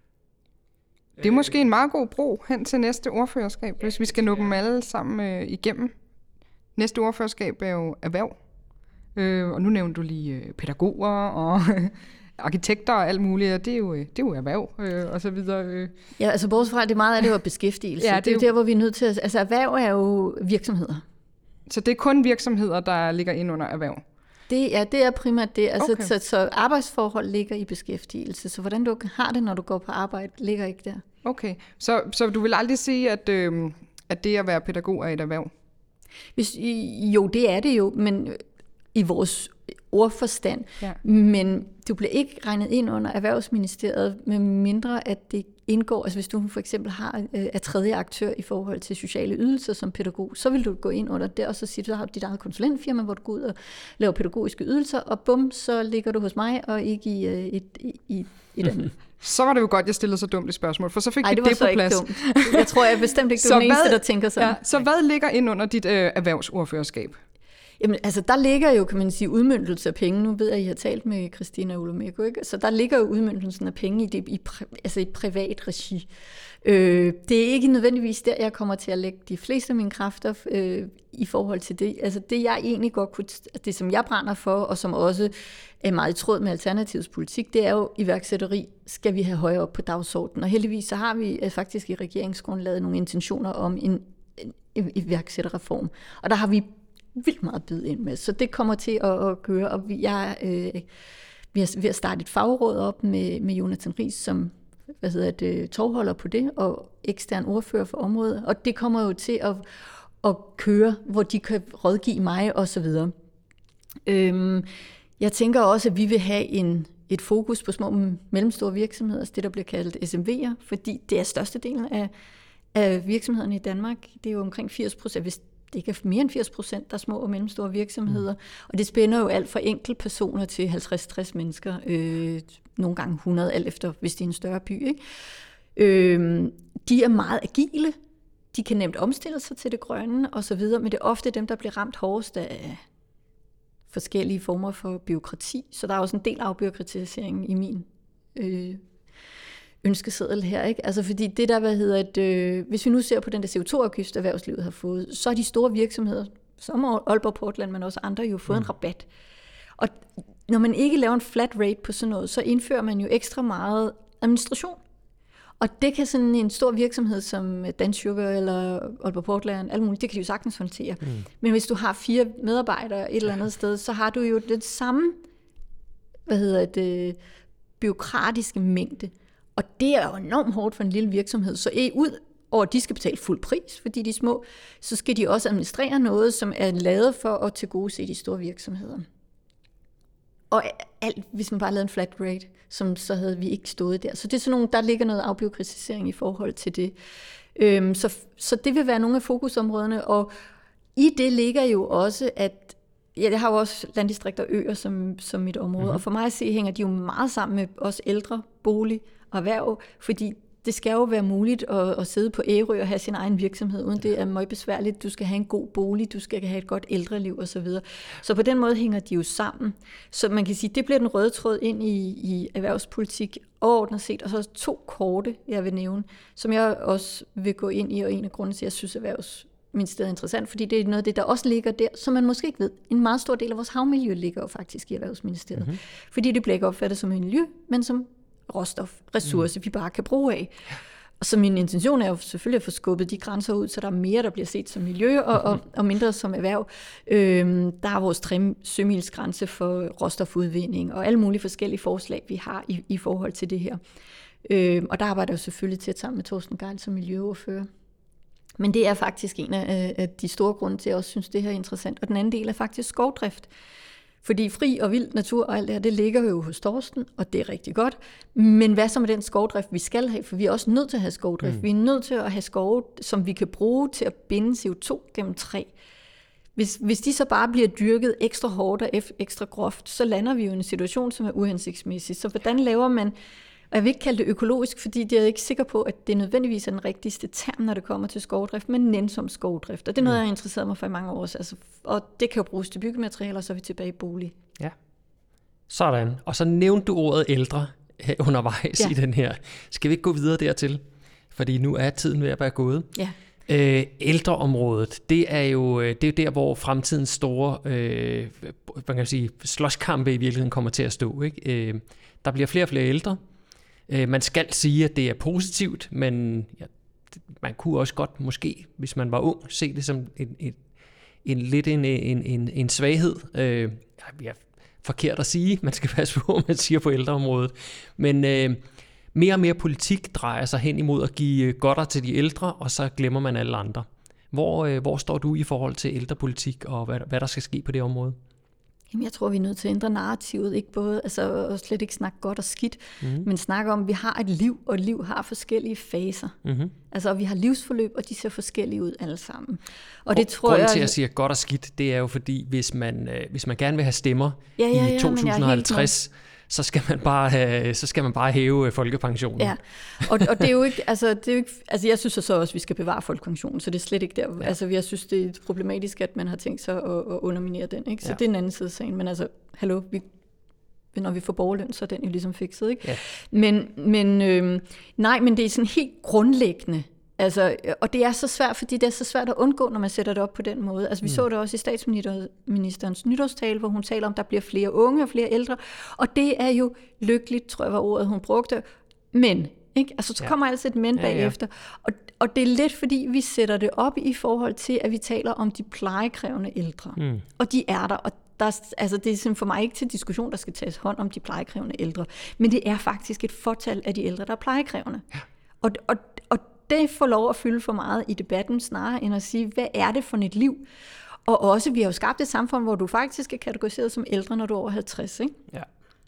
Det er måske en meget god bro hen til næste ordførerskab, hvis vi skal nå dem alle sammen øh, igennem. Næste ordførerskab er jo erhverv, øh, og nu nævnte du lige øh, pædagoger og arkitekter og alt muligt, og det er jo, det er jo erhverv øh, og så videre. Øh. Ja, altså bortset fra, det meget af det var beskæftigelse. Ja, det, det er jo der, hvor vi er nødt til at... Altså erhverv er jo virksomheder. Så det er kun virksomheder, der ligger ind under erhverv? Det, ja, det er primært det. Altså, okay. så, så arbejdsforhold ligger i beskæftigelse. Så hvordan du har det, når du går på arbejde, ligger ikke der. Okay, så, så du vil aldrig sige, at, øh, at det at være pædagog er et erhverv? Hvis, jo, det er det jo, men i vores ordforstand. Ja. Men du bliver ikke regnet ind under Erhvervsministeriet, med mindre at det indgår, altså hvis du for eksempel har øh, er tredje aktør i forhold til sociale ydelser som pædagog, så vil du gå ind under det, og så siger du, så har du dit eget konsulentfirma, hvor du går ud og laver pædagogiske ydelser, og bum, så ligger du hos mig, og ikke i øh, et, i, i et andet. Så var det jo godt, jeg stillede så dumt et spørgsmål, for så fik Ej, vi det, det på plads. Dumt. Jeg tror jeg bestemt ikke, du er den eneste, der tænker sådan. Ja, så hvad ligger ind under dit øh, erhvervsordførerskab? Jamen, altså, der ligger jo, kan man sige, udmøntelse af penge. Nu ved jeg, at I har talt med Christina Olumeko, ikke? Så der ligger jo udmøntelsen af penge i, det, i, altså i privat regi. Øh, det er ikke nødvendigvis der, jeg kommer til at lægge de fleste af mine kræfter øh, i forhold til det. Altså det, jeg egentlig godt kunne, det som jeg brænder for, og som også er meget i tråd med Alternativets politik, det er jo iværksætteri, skal vi have højere op på dagsordenen. Og heldigvis så har vi faktisk i regeringsgrundlaget nogle intentioner om en, en iværksætterreform. Og der har vi vildt meget byde ind med. Så det kommer til at, at køre, og vi er, øh, vi er ved at starte et fagråd op med, med Jonathan Ries, som hvad hedder det, tovholder på det, og ekstern ordfører for området, og det kommer jo til at, at køre, hvor de kan rådgive mig, og så videre. Øhm, jeg tænker også, at vi vil have en et fokus på små og mellemstore virksomheder, altså det der bliver kaldt S M V'er, fordi det er størstedelen af, af virksomhederne i Danmark. Det er jo omkring firs procent, hvis det ikke er mere end firs procent, der er små og mellemstore virksomheder. Mm. Og det spænder jo alt fra enkeltpersoner til halvtreds til tres mennesker, øh, nogle gange hundrede, alt efter hvis det er en større by. Ikke? Øh, de er meget agile, de kan nemt omstille sig til det grønne osv., men det er ofte dem, der bliver ramt hårdest af forskellige former for byråkrati. Så der er også en del afbureaukratisering i min øh, ønskeseddel her. Ikke? Altså fordi det der, hvad hedder et, øh, hvis vi nu ser på den der C O to afgift, erhvervslivet har fået, så er de store virksomheder, som Aalborg Portland, men også andre, jo fået mm. en rabat. Og når man ikke laver en flat rate på sådan noget, så indfører man jo ekstra meget administration. Og det kan sådan en stor virksomhed som Dan Sugar eller Aalborg Portland, alt muligt, det kan de jo sagtens håndtere. Mm. Men hvis du har fire medarbejdere et eller andet sted, så har du jo det samme, hvad hedder det, byråkratiske mængde. Og det er jo enormt hårdt for en lille virksomhed. Så ud over, at de skal betale fuld pris, fordi de er små, så skal de også administrere noget, som er lavet for at tilgodese de store virksomheder. Og alt, hvis man bare lavede en flat rate, som så havde vi ikke stået der. Så det er sådan nogle, der ligger noget afbureaukratisering i forhold til det. Øhm, så, så det vil være nogle af fokusområderne, og i det ligger jo også, at ja, det har jo også landdistrikter og øer som, som mit område, mm-hmm. og for mig at se, hænger de jo meget sammen med os ældre, bolig og erhverv, fordi det skal jo være muligt at, at sidde på Ærø og have sin egen virksomhed, uden det er meget besværligt. Du skal have en god bolig, du skal have et godt ældreliv osv. Så på den måde hænger de jo sammen. Så man kan sige, det bliver den røde tråd ind i, i erhvervspolitik overordnet set. Og så to korte, jeg vil nævne, som jeg også vil gå ind i, og en af grundene til, at jeg synes, at erhvervsministeriet er interessant, fordi det er noget af det, der også ligger der, som man måske ikke ved. En meget stor del af vores havmiljø ligger jo faktisk i erhvervsministeriet. Mm-hmm. Fordi det bliver ikke opfattet som en miljø, men som råstof, ressource, mm. vi bare kan bruge af. Og så min intention er jo selvfølgelig at få skubbet de grænser ud, så der er mere, der bliver set som miljø, og, og, og mindre som erhverv. Øhm, der er vores tre sømilsgrænse for råstofudvinding, og alle mulige forskellige forslag, vi har i, i forhold til det her. Øhm, og der arbejder jeg jo selvfølgelig tæt sammen med Torsten Gejl som miljøordfører. Men det er faktisk en af, af de store grunde til, at jeg også synes, det her er interessant. Og den anden del er faktisk skovdrift. Fordi fri og vild natur og alt det her, det ligger jo hos Torsten, og det er rigtig godt. Men hvad så med den skovdrift, vi skal have? For vi er også nødt til at have skovdrift. Mm. Vi er nødt til at have skove, som vi kan bruge til at binde C O to gennem træ. Hvis, hvis de så bare bliver dyrket ekstra hårdt og ekstra groft, så lander vi jo i en situation, som er uhensigtsmæssig. Så hvordan laver man, og jeg vil ikke kalde det økologisk, fordi det er jeg ikke sikker på, at det nødvendigvis er den rigtigste term, når det kommer til skovdrift, men nænsom skovdrift. Og det er noget, jeg har interesseret mig for i mange år. Altså, og det kan jo bruges til byggematerialer, og så er vi tilbage i bolig. Ja, sådan. Og så nævnte du ordet ældre undervejs ja. i den her. Skal vi ikke gå videre dertil? Fordi nu er tiden ved at være gået. Ja. Øh, ældreområdet, det er jo det er der, hvor fremtidens store øh, hvad kan jeg sige, slåskampe i virkeligheden kommer til at stå. Ikke? Øh, der bliver flere og flere ældre. Øh, man skal sige, at det er positivt, men ja, man kunne også godt måske, hvis man var ung, se det som en, en, en lidt en, en, en, en svaghed. Øh, det er forkert at sige, man skal passe på, hvad man siger på ældreområdet. Men øh, mere og mere politik drejer sig hen imod at give godter til de ældre, og så glemmer man alle andre. Hvor, øh, hvor står du i forhold til ældrepolitik, og hvad, hvad der skal ske på det område? Jamen, jeg tror, vi er nødt til at ændre narrativet, ikke både, altså slet ikke snakke godt og skidt, mm-hmm. men snakke om, at vi har et liv, og et liv har forskellige faser. Mm-hmm. Altså, vi har livsforløb, og de ser forskellige ud alle sammen. Og det tror Grunden jeg, til, at jeg siger godt og skidt, det er jo fordi, hvis man, øh, hvis man gerne vil have stemmer ja, ja, ja, i to tusind og halvtreds, så skal man bare have, så skal man bare hæve folkepensionen. Ja, og, og det er jo ikke, altså, det er jo ikke, altså jeg synes så også, at vi skal bevare folkepensionen, så det er slet ikke der. Ja. Altså jeg synes, det er problematisk, at man har tænkt sig at, at underminere den, ikke? Så ja. Det er en anden side af sagen, men altså, hallo, vi, når vi får borgerløn, så er den jo ligesom fikset, ikke? Ja. Men, men øh, nej, men det er sådan helt grundlæggende. Altså, og det er så svært, fordi det er så svært at undgå, når man sætter det op på den måde. Altså, vi mm. så det også i statsministerens nytårstale, hvor hun taler om, at der bliver flere unge og flere ældre. Og det er jo lykkeligt, tror jeg var ordet, hun brugte. Men, ikke? Altså, så kommer ja. altså et men bagefter. Ja, ja. Og, og det er lidt, fordi vi sætter det op i forhold til, at vi taler om de plejekrævende ældre. Mm. Og de er der, og der, altså, det er for mig ikke til diskussion, der skal tages hånd om de plejekrævende ældre. Men det er faktisk et fortal af de ældre, der er plejekrævende. Ja. Og, og, og det får lov at fylde for meget i debatten, snarere end at sige, hvad er det for et liv? Og også, vi har jo skabt et samfund, hvor du faktisk er kategoriseret som ældre, når du er over halvtreds, ikke? Ja.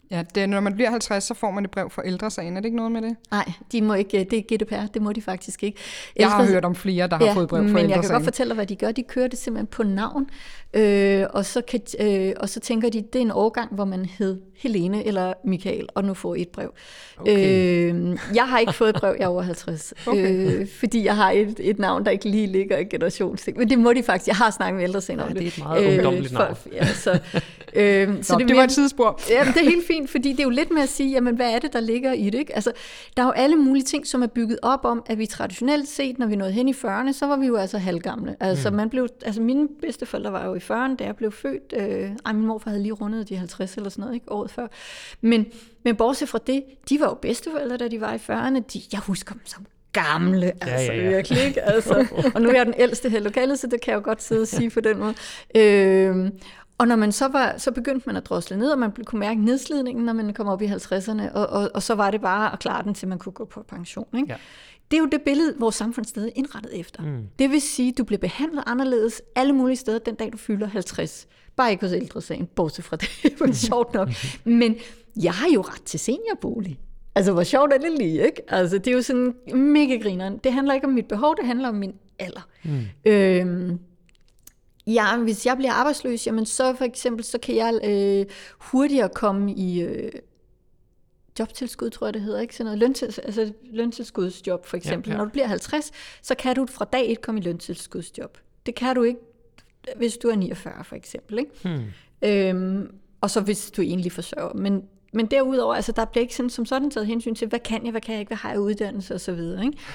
Ja, det, når man bliver halvtreds, så får man et brev fra Ældresagen. Er det ikke noget med det? Nej, de må ikke, det er G D P R, det må de faktisk ikke. Jeg har hørt om flere, der har ja, fået brev fra men Ældresagen. jeg kan godt fortælle dig, hvad de gør. De kører det simpelthen på navn, øh, og, så kan, øh, og så tænker de, det er en årgang, hvor man hed Helene eller Michael, og nu får et brev. Okay. Øh, jeg har ikke fået et brev, jeg er over halvtreds, okay. øh, fordi jeg har et, et navn, der ikke lige ligger i generationsting. Men det må de faktisk. Jeg har snakket med Ældresagen om ja, det. det er et meget øh, ungdomligt navn. For, ja, så, øh, Nå, så det, det var et tidsspor. Ja, det er helt fint, fordi det er jo lidt med at sige, jamen hvad er det, der ligger i det? Ikke? Altså, der er jo alle mulige ting, som er bygget op om, at vi traditionelt set, når vi nåede hen i fyrrerne, så var vi jo altså halvgamle. Altså, mm. man blev, altså mine bedsteforældre var jo i fyrrerne, da jeg blev født. Øh, ej, min morfar havde lige rundet de halvtreds eller sådan noget, ikke? Året før. Men, men bortset fra det, de var jo bedsteforældre, da de var i fyrrerne. De, jeg husker dem som gamle, altså ja, ja, ja. virkelig, ikke? Altså, og nu er jeg den ældste her lokalet, så det kan jeg jo godt sidde og sige på den måde. Øh, Og når man så var, så begyndte man at drosle ned, og man kunne mærke nedslidningen, når man kom op i halvtredserne, og, og, og så var det bare at klare den, til man kunne gå på pension. Ikke? Ja. Det er jo det billede, vores samfund stadig er indrettet efter. Mm. Det vil sige, at du bliver behandlet anderledes alle mulige steder, den dag du fylder halvtreds. Bare ikke hos Ældresagen, bortset fra det, det er sjovt nok. Men jeg har jo ret til seniorbolig. Altså, hvor sjovt er det lige, ikke? Altså, det er jo sådan mega grineren. Det handler ikke om mit behov, det handler om min alder. Mm. Øhm, Ja, hvis jeg bliver arbejdsløs, jamen så for eksempel, så kan jeg øh, hurtigere komme i øh, jobtilskud, tror jeg det hedder, ikke? Sådan noget løntils, altså løntilskudsjob for eksempel. Ja, ja. Når du bliver halvtreds, så kan du fra dag et komme i løntilskudsjob. Det kan du ikke, hvis du er niogfyrre for eksempel, ikke? Hmm. Øhm, og så hvis du egentlig forsørger. Men, men derudover, altså der bliver ikke sådan, som sådan taget hensyn til, hvad kan jeg, hvad kan jeg ikke, hvad har jeg uddannelse og så videre, ikke?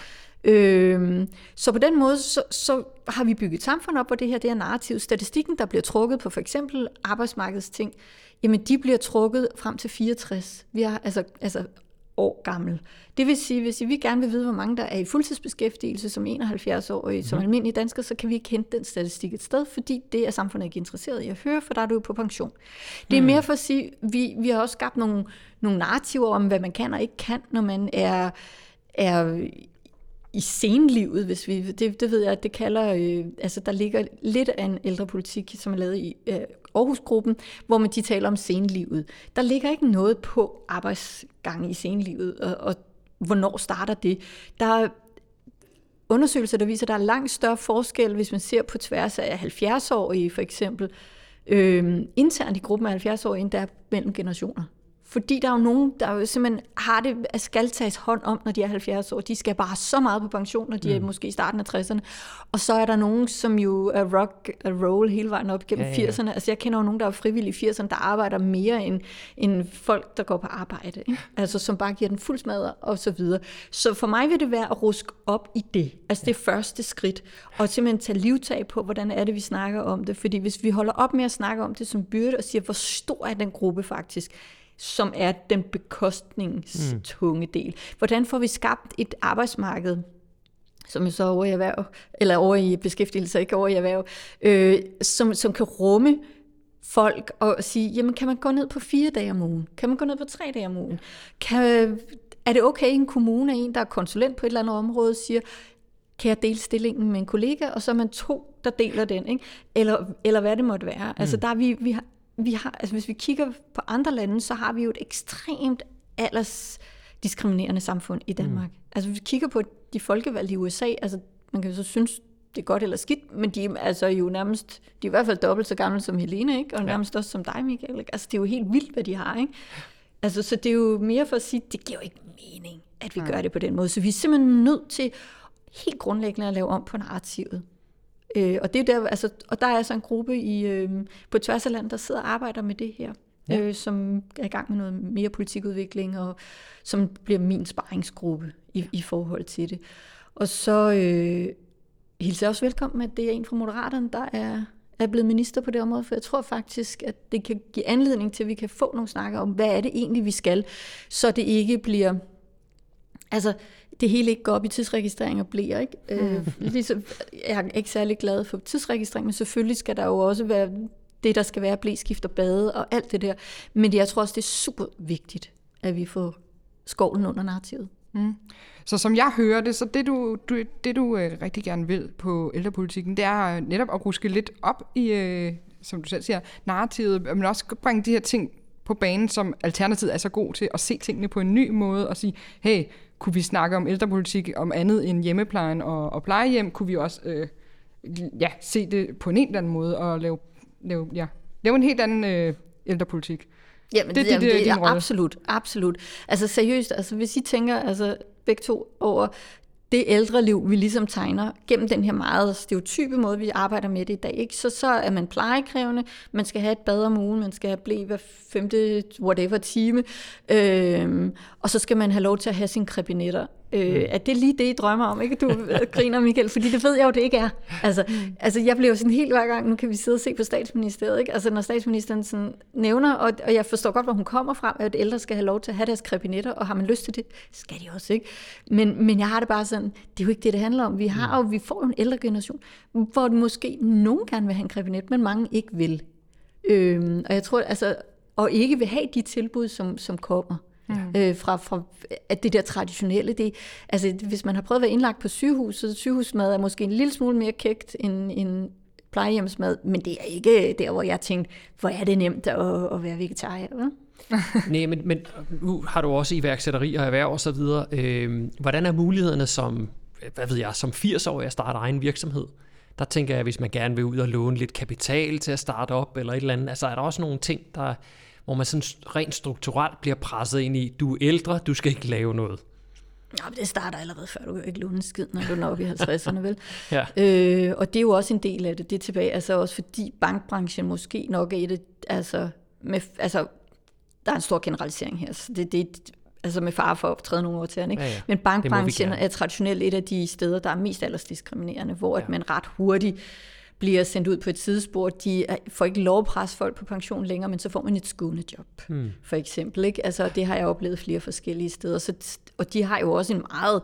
Øhm, så på den måde så, så har vi bygget et samfund op, hvor det her det er narrativ. Statistikken, der bliver trukket på for eksempel arbejdsmarkedsting, jamen de bliver trukket frem til fireogtres. Vi er altså, altså år gammel. Det vil sige, hvis vi gerne vil vide, hvor mange der er i fuldtidsbeskæftigelse som enoghalvfjerds-årige, som mm. almindelige danskere, så kan vi ikke hente den statistik et sted, fordi det er samfundet ikke interesseret i at høre, for der er du jo på pension. Det er mm. mere for at sige, vi, vi har også skabt nogle, nogle narrativer om, hvad man kan og ikke kan, når man er, er i senlivet, hvis vi, det, det ved jeg, det kalder, øh, altså der ligger lidt af en ældrepolitik, som er lavet i øh, Aarhus-gruppen, hvor man de taler om senlivet. Der ligger ikke noget på arbejdsgang i senlivet, og, og hvornår starter det. Der er undersøgelser, der viser, at der er langt større forskel, hvis man ser på tværs af halvfjerds-årige for eksempel, øh, internt i gruppen af halvfjerds-årige, end der er mellem generationer. Fordi der er jo nogen, der jo simpelthen har det, at skal tages hånd om, når de er halvfjerds år. De skal bare så meget på pension, når de mm. er måske i starten af tresserne. Og så er der nogen, som jo er rock and roll hele vejen op gennem ja, ja. firserne. Altså jeg kender jo nogen, der er frivillige i firserne, der arbejder mere end, end folk, der går på arbejde. Ikke? Altså som bare giver den fuld smadre og så videre. Så for mig vil det være at ruske op i det. Altså det første skridt. Og simpelthen tage livtag på, hvordan er det, vi snakker om det. Fordi hvis vi holder op med at snakke om det som byrde, og siger, hvor stor er den gruppe faktisk, som er den bekostningstunge del. Hvordan får vi skabt et arbejdsmarked, som er så over i erhverv, eller over i beskæftigelse, ikke over i erhverv, øh, som, som kan rumme folk og sige, jamen kan man gå ned på fire dage om ugen? Kan man gå ned på tre dage om ugen? Kan, er det okay, en kommune, en der er konsulent på et eller andet område, siger, kan jeg dele stillingen med en kollega, og så er man to, der deler den, ikke? Eller, eller hvad det måtte være. Mm. Altså der er vi, vi har Vi har, altså hvis vi kigger på andre lande, så har vi jo et ekstremt aldersdiskriminerende samfund i Danmark. Mm. Altså hvis vi kigger på de folkevalgte i U S A, altså man kan jo så synes, det er godt eller skidt, men de er altså jo nærmest, de er i hvert fald dobbelt så gamle som Helene, ikke? Og nærmest ja. også som dig, Michael. Ikke? Altså det er jo helt vildt, hvad de har, ikke? Altså så det er jo mere for at sige, det giver jo ikke mening, at vi ja. gør det på den måde. Så vi er simpelthen nødt til helt grundlæggende at lave om på narrativet. Øh, og, det er der, altså, og der er altså en gruppe i, øh, på tværs af landet, der sidder og arbejder med det her, ja. øh, som er i gang med noget mere politikudvikling, og som bliver min sparringsgruppe i, i forhold til det. Og så øh, hilser jeg også velkommen, at det er en fra Moderaterne, der er, er blevet minister på det område, for jeg tror faktisk, at det kan give anledning til, at vi kan få nogle snakker om, hvad er det egentlig, vi skal, så det ikke bliver... Altså, det hele ikke går op i tidsregistrering og bliver, ikke? Mm. Øh, ligesom, jeg er ikke særlig glad for tidsregistrering, men selvfølgelig skal der jo også være det, der skal være bleskift og bade og alt det der. Men jeg tror også, det er super vigtigt, at vi får skovlen under narrativet. Mm. Så som jeg hører det, så det du, du, det du øh, rigtig gerne vil på ældrepolitikken, det er netop at ruske lidt op i, øh, som du selv siger, narrativet, men også bringe de her ting på banen, som Alternativet er så god til at se tingene på en ny måde og sige, hey, kunne vi snakke om ældrepolitik om andet end hjemmeplejen og, og plejehjem? Kunne vi også øh, ja, se det på en helt anden måde og lave, lave, ja, lave en helt anden øh, ældrepolitik? Jamen, det, det, det, det, det er absolut, absolut. Altså seriøst, altså hvis I tænker altså, begge to over det ældreliv, vi ligesom tegner gennem den her meget stereotype måde, vi arbejder med det i dag, ikke? Så, så er man plejekrævende, man skal have et bad om ugen, man skal have ble hver femte, whatever time, øhm, og så skal man have lov til at have sine krebinetter. Øh, mm. Er det lige det, I drømmer om, ikke? Du griner, Michael, fordi det ved jeg jo, det ikke er. Altså, mm. altså jeg bliver jo sådan helt hver gang, nu kan vi sidde og se på statsministeriet, ikke? Altså når statsministeren sådan nævner, og, og jeg forstår godt, hvor hun kommer fra, at ældre skal have lov til at have deres krebinetter, og har man lyst til det, skal de også, ikke? Men, men jeg har det bare sådan, det er jo ikke det, det handler om. Vi har jo, vi får jo en ældre generation, hvor måske nogen gerne vil have en krebinet, men mange ikke vil. Øhm, og jeg tror, altså, og ikke vil have de tilbud, som, som kommer. Mm. Øh, fra, fra at det der traditionelle, det, altså hvis man har prøvet at være indlagt på sygehuset, sygehusmad er måske en lille smule mere kægt end, end plejehjemsmad, men det er ikke der, hvor jeg tænkte, hvor er det nemt at, at være vegetar her, vel? Nej, men, men nu har du også iværksætteri og erhverv og så videre. Øh, hvordan er mulighederne som, hvad ved jeg, som firs-årig at starte egen virksomhed? Der tænker jeg, hvis man gerne vil ud og låne lidt kapital til at starte op eller et eller andet, altså er der også nogle ting, der hvor man sådan rent strukturelt bliver presset ind i, du er ældre, du skal ikke lave noget. Ja, det starter allerede før, du kan ikke låne skid, når du er oppe i halvtredserne, vel? Ja. Øh, og det er jo også en del af det, det er tilbage, altså også fordi bankbranchen måske nok er et, altså, med, altså der er en stor generalisering her, så det, det altså med fare for at træde nogle år til, ikke? Ja, ja. Men bankbranchen er traditionelt et af de steder, der er mest aldersdiskriminerende, hvor ja. at man ret hurtigt bliver sendt ud på et sidespor. De får ikke lov at presse folk på pension længere, men så får man et skånejob, hmm. for eksempel. Ikke? Altså, det har jeg oplevet flere forskellige steder. Så, og de har jo også en meget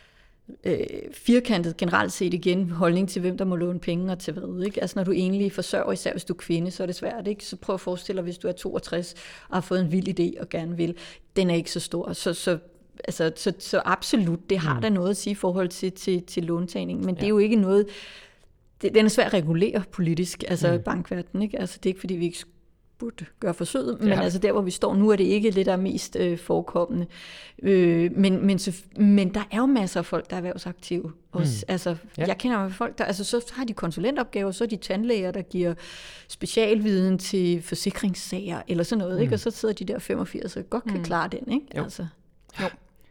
øh, firkantet, generelt set igen, holdning til, hvem der må låne penge og til hvad. Ikke? Altså, når du egentlig forsørger, især hvis du er kvinde, så er det svært. Ikke? Så prøv at forestille dig, hvis du er toogtres og har fået en vild idé og gerne vil. Den er ikke så stor. Så, så, altså, så, så absolut, det har hmm. da noget at sige i forhold til, til, til låntagning. Men ja. det er jo ikke noget... Det, den er svært at regulere politisk, altså mm. bankverdenen, ikke? Altså det er ikke, fordi vi ikke burde gøre forsøget, men ja. altså der, hvor vi står nu, er det ikke det, der er mest øh, forekommende. Øh, men, men, så, men der er jo masser af folk, der er erhvervsaktive. Også, mm. Altså, ja. Jeg kender med folk, der altså, så har de konsulentopgaver, så er de tandlæger, der giver specialviden til forsikringssager, eller sådan noget, mm. ikke? Og så sidder de der femogfirs, og godt kan mm. klare den, ikke? Jo. Altså. Jo.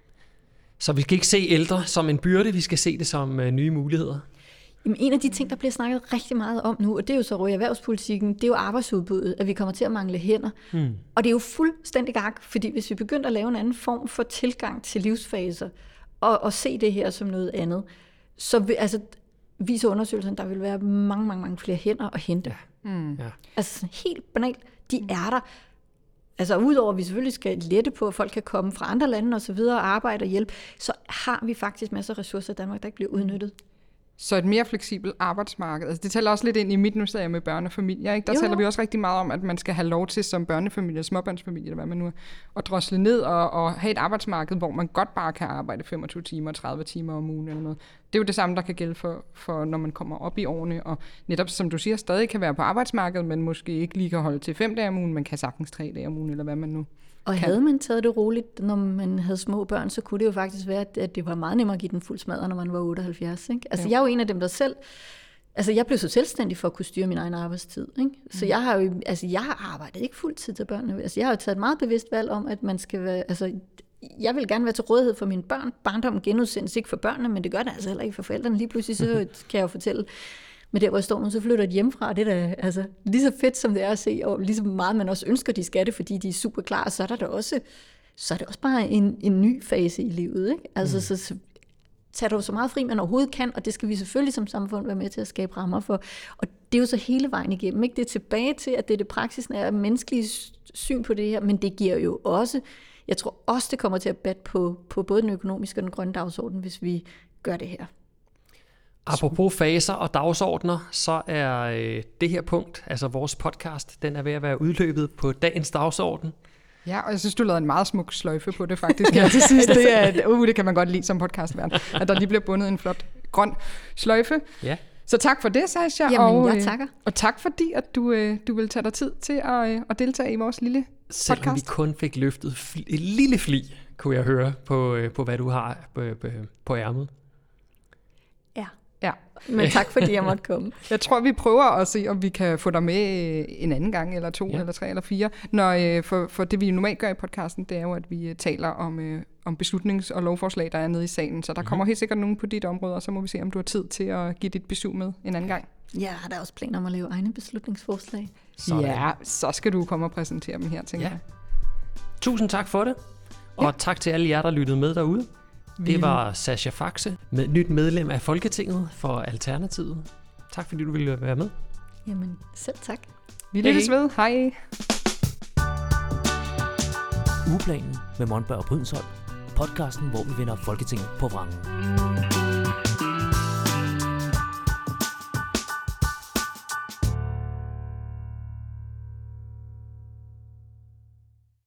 Så vi skal ikke se ældre som en byrde, vi skal se det som øh, nye muligheder. Jamen, en af de ting, der bliver snakket rigtig meget om nu, og det er jo så i erhvervspolitikken, det er jo arbejdsudbuddet, at vi kommer til at mangle hænder. Mm. Og det er jo fuldstændig gak, fordi hvis vi begynder at lave en anden form for tilgang til livsfaser, og, og se det her som noget andet, så vil, altså, viser undersøgelsen, der vil være mange, mange, mange flere hænder at hente. Ja. Mm. Ja. Altså helt banalt, de er der. Altså udover at vi selvfølgelig skal lette på, at folk kan komme fra andre lande og så videre og arbejde og hjælpe, så har vi faktisk masser af ressourcer i Danmark, der ikke bliver udnyttet. Så et mere fleksibelt arbejdsmarked. Altså det tæller også lidt ind i mit, nu sidder jeg med børnefamilier, ikke? Der jo, taler jo. vi også rigtig meget om, at man skal have lov til som børnefamilie, småbørnsfamilie, eller hvad man nu er, at drosle ned og, og have et arbejdsmarked, hvor man godt bare kan arbejde femogtyve timer, tredive timer om ugen eller noget. Det er jo det samme, der kan gælde for, for når man kommer op i årene, og netop som du siger, stadig kan være på arbejdsmarkedet, men måske ikke lige kan holde til fem dage om ugen, man kan sagtens tre dage om ugen, eller hvad man nu Og kan. Havde man taget det roligt, når man havde små børn, så kunne det jo faktisk være, at det var meget nemmere at give den fuld smadre, når man var otteoghalvfjerds. Ikke? Altså, ja. Jeg er jo en af dem, der selv... Altså, jeg blev så selvstændig for at kunne styre min egen arbejdstid. Ikke? Så mm. jeg har jo... Altså, jeg har arbejdet ikke fuld tid til børnene. Altså, jeg har jo taget et meget bevidst valg om, at man skal være... Altså, jeg vil gerne være til rådighed for mine børn. Barndommen genudsendes ikke for børnene, men det gør det altså heller ikke for forældrene. Lige pludselig, så kan jeg jo fortælle... Men der, hvor jeg står nu, så flytter de hjemmefra, det er da altså, lige så fedt, som det er at se, og lige så meget man også ønsker, de skal det, fordi de er super klar, så er der da også, så er det også bare en, en ny fase i livet, ikke? Altså, mm. så, så tager du så meget fri, man overhovedet kan, og det skal vi selvfølgelig som samfund være med til at skabe rammer for. Og det er jo så hele vejen igennem, ikke? Det er tilbage til, at det er det praksisnære menneskelige syn på det her, men det giver jo også, jeg tror også, det kommer til at batte på, på både den økonomiske og den grønne dagsorden, hvis vi gør det her. Apropos faser og dagsordner, så er øh, det her punkt, altså vores podcast, den er ved at være udløbet på dagens dagsorden. Ja, og jeg synes, du lavede en meget smuk sløjfe på det faktisk. Ja, til sidst, det, er, uh, det kan man godt lide som podcastvært, at der lige bliver bundet en flot grøn sløjfe. Ja. Så tak for det, Sascha. Jamen, og, jeg takker. Og tak fordi, at du, du vil tage dig tid til at, at deltage i vores lille Selvom podcast. vi kun fik løftet fl- et lille fli, kunne jeg høre på, øh, på hvad du har på, på, på ærmet. Ja. Ja. Men tak, fordi jeg måtte komme. Jeg tror, vi prøver at se, om vi kan få dig med øh, en anden gang, eller to, Ja. eller tre, eller fire. Når, øh, for, for det, vi normalt gør i podcasten, det er jo, at vi øh, taler om, øh, om beslutnings- og lovforslag, der er nede i salen. Så der Mhm. kommer helt sikkert nogen på dit område, og så må vi se, om du har tid til at give dit besøg med en anden gang. Jeg har da også planer om at lave egne beslutningsforslag. Sådan. Ja, så skal du komme og præsentere dem her, tænker Ja. jeg. Tusind tak for det, og Ja. tak til alle jer, der lyttede med derude. Vi- Det var Sascha Faxe, med nyt medlem af Folketinget for Alternativet. Tak fordi du ville være med. Jamen, selv tak. Vi lyttes Hej. ved. Hej. Ugeplanen med Monberg og Brydensholt. Podcasten, hvor vi vender Folketinget på vrangen.